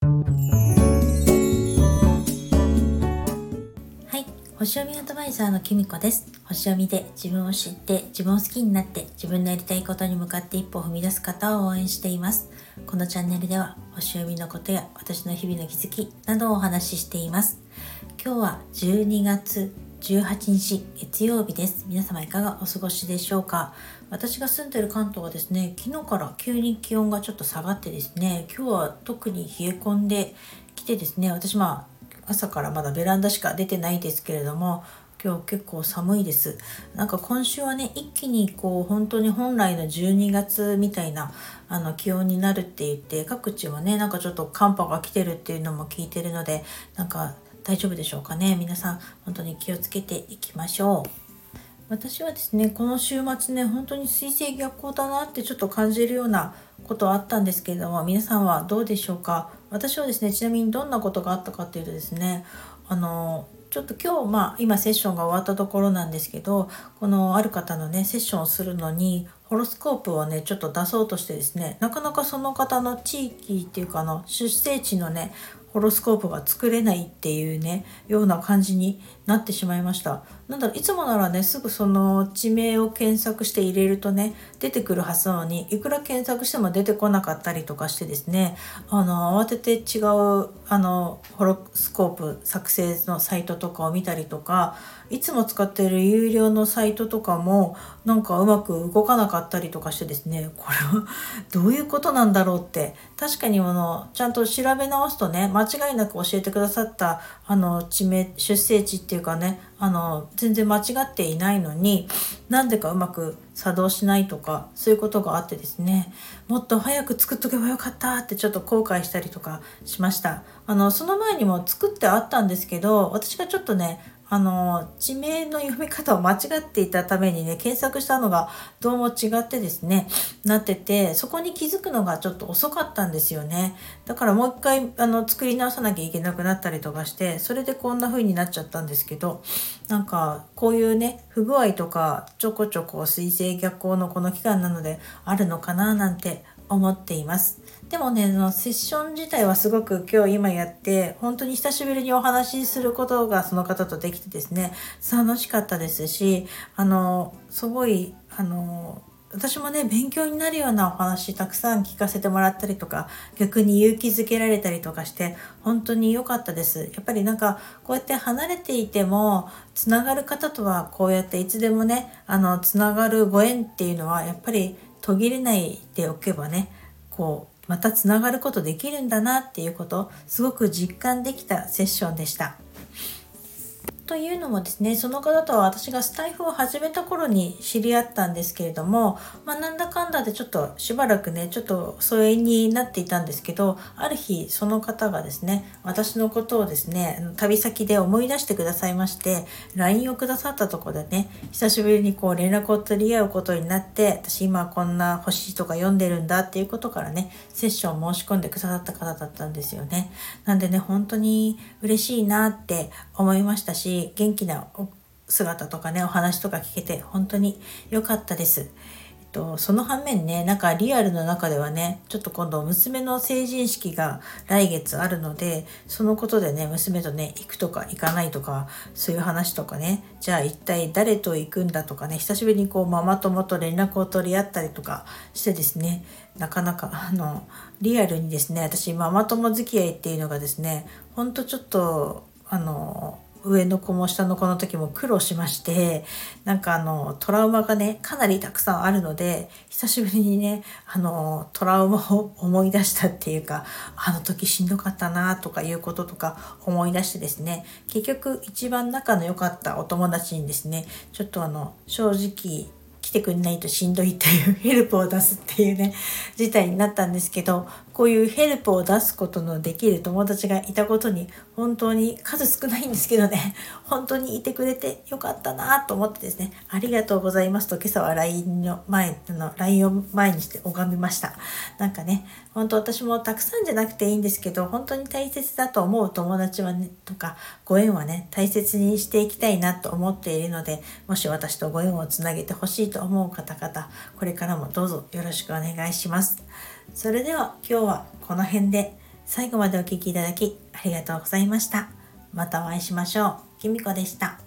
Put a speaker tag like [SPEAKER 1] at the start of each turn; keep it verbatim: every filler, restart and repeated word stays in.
[SPEAKER 1] はい、星読みアドバイザーのきみこです。星読みで自分を知って自分を好きになって自分のやりたいことに向かって一歩踏み出す方を応援しています。このチャンネルでは星読みのことや私の日々の気づきなどをお話ししています。今日はじゅうにがつじゅうはちにち月曜日です。皆様いかがお過ごしでしょうか。私が住んでいる関東はですね、昨日から急に気温がちょっと下がってですね、今日は特に冷え込んできてですね、私まあ朝からまだベランダしか出てないですけれども、今日結構寒いです。なんか今週はね、一気にこう本当に本来のじゅうにがつみたいなあの気温になるって言って、各地はねなんかちょっと寒波が来てるっていうのも聞いてるので、なんか大丈夫でしょうかね。皆さん本当に気をつけていきましょう。私はですね、この週末ね、本当に水星逆行だなってちょっと感じるようなことはあったんですけれども、皆さんはどうでしょうか。私はですね、ちなみにどんなことがあったかっていうとですね、あのちょっと今日、まあ今セッションが終わったところなんですけど、このある方のねセッションをするのにホロスコープをねちょっと出そうとしてですね、なかなかその方の地域っていうかあの出生地のねホロスコープが作れないっていうねような感じになってしまいました。なんだろう、いつもならねすぐその地名を検索して入れるとね出てくるはずなのに、いくら検索しても出てこなかったりとかしてですね、あの慌てて違うあのホロスコープ作成のサイトとかを見たりとか、いつも使っている有料のサイトとかもなんかうまく動かなかったりとかしてですね、これはどういうことなんだろうって、確かにあのちゃんと調べ直すとね、間違いなく教えてくださったあの地名出生地っていうかね、あの全然間違っていないのに、なんでかうまく作動しないとか、そういうことがあってですね、もっと早く作っとけばよかったってちょっと後悔したりとかしました。あのその前にも作ってあったんですけど、私がちょっとねあの地名の読み方を間違っていたためにね、検索したのがどうも違ってですねなってて、そこに気づくのがちょっと遅かったんですよね。だからもう一回あの作り直さなきゃいけなくなったりとかして、それでこんな風になっちゃったんですけど、なんかこういうね不具合とかちょこちょこ水星逆行のこの期間なのであるのかななんて思っています。でもね、のセッション自体はすごく今日今やって本当に久しぶりにお話しすることがその方とできてですね、楽しかったですし、あのすごいあの私もね勉強になるようなお話たくさん聞かせてもらったりとか、逆に勇気づけられたりとかして本当に良かったです。やっぱりなんかこうやって離れていてもつながる方とはこうやっていつでもねあのつながるご縁っていうのはやっぱり途切れないでおけばね、こうまたつながることできるんだなっていうことすごく実感できたセッションでした。というのもですね、その方とは私がスタイフを始めた頃に知り合ったんですけれども、まあ、なんだかんだでちょっとしばらくねちょっと疎遠になっていたんですけど、ある日その方がですね私のことをですね旅先で思い出してくださいまして、 ライン をくださったところでね久しぶりにこう連絡を取り合うことになって、私今こんな星とか読んでるんだっていうことからねセッションを申し込んでくださった方だったんですよね。なんでね本当に嬉しいなって思いましたし、元気な姿とかねお話とか聞けて本当に良かったです。えっと、その反面ね、なんかリアルの中ではねちょっと今度娘の成人式が来月あるので、そのことでね娘とね行くとか行かないとかそういう話とかね、じゃあ一体誰と行くんだとかね、久しぶりにこうママ友と連絡を取り合ったりとかしてですね、なかなかあのリアルにですね、私ママ友付き合いっていうのがですねほんとちょっとあの上の子も下の子の時も苦労しまして、なんかあのトラウマがねかなりたくさんあるので、久しぶりにねあのトラウマを思い出したっていうか、あの時しんどかったなとかいうこととか思い出してですね、結局一番仲の良かったお友達にですねちょっとあの正直来てくれないとしんどいっていうヘルプを出すっていうね事態になったんですけど、こういうヘルプを出すことのできる友達がいたことに本当に数少ないんですけどね、本当にいてくれてよかったなと思ってですね、ありがとうございますと今朝は ライン の前の ライン を前にして拝みました。なんかね本当私もたくさんじゃなくていいんですけど、本当に大切だと思う友達はねとかご縁はね大切にしていきたいなと思っているので、もし私とご縁をつなげてほしいと思う方々、これからもどうぞよろしくお願いします。それでは今日はこの辺で最後までお聞きいただきありがとうございました。またお会いしましょう。きみこでした。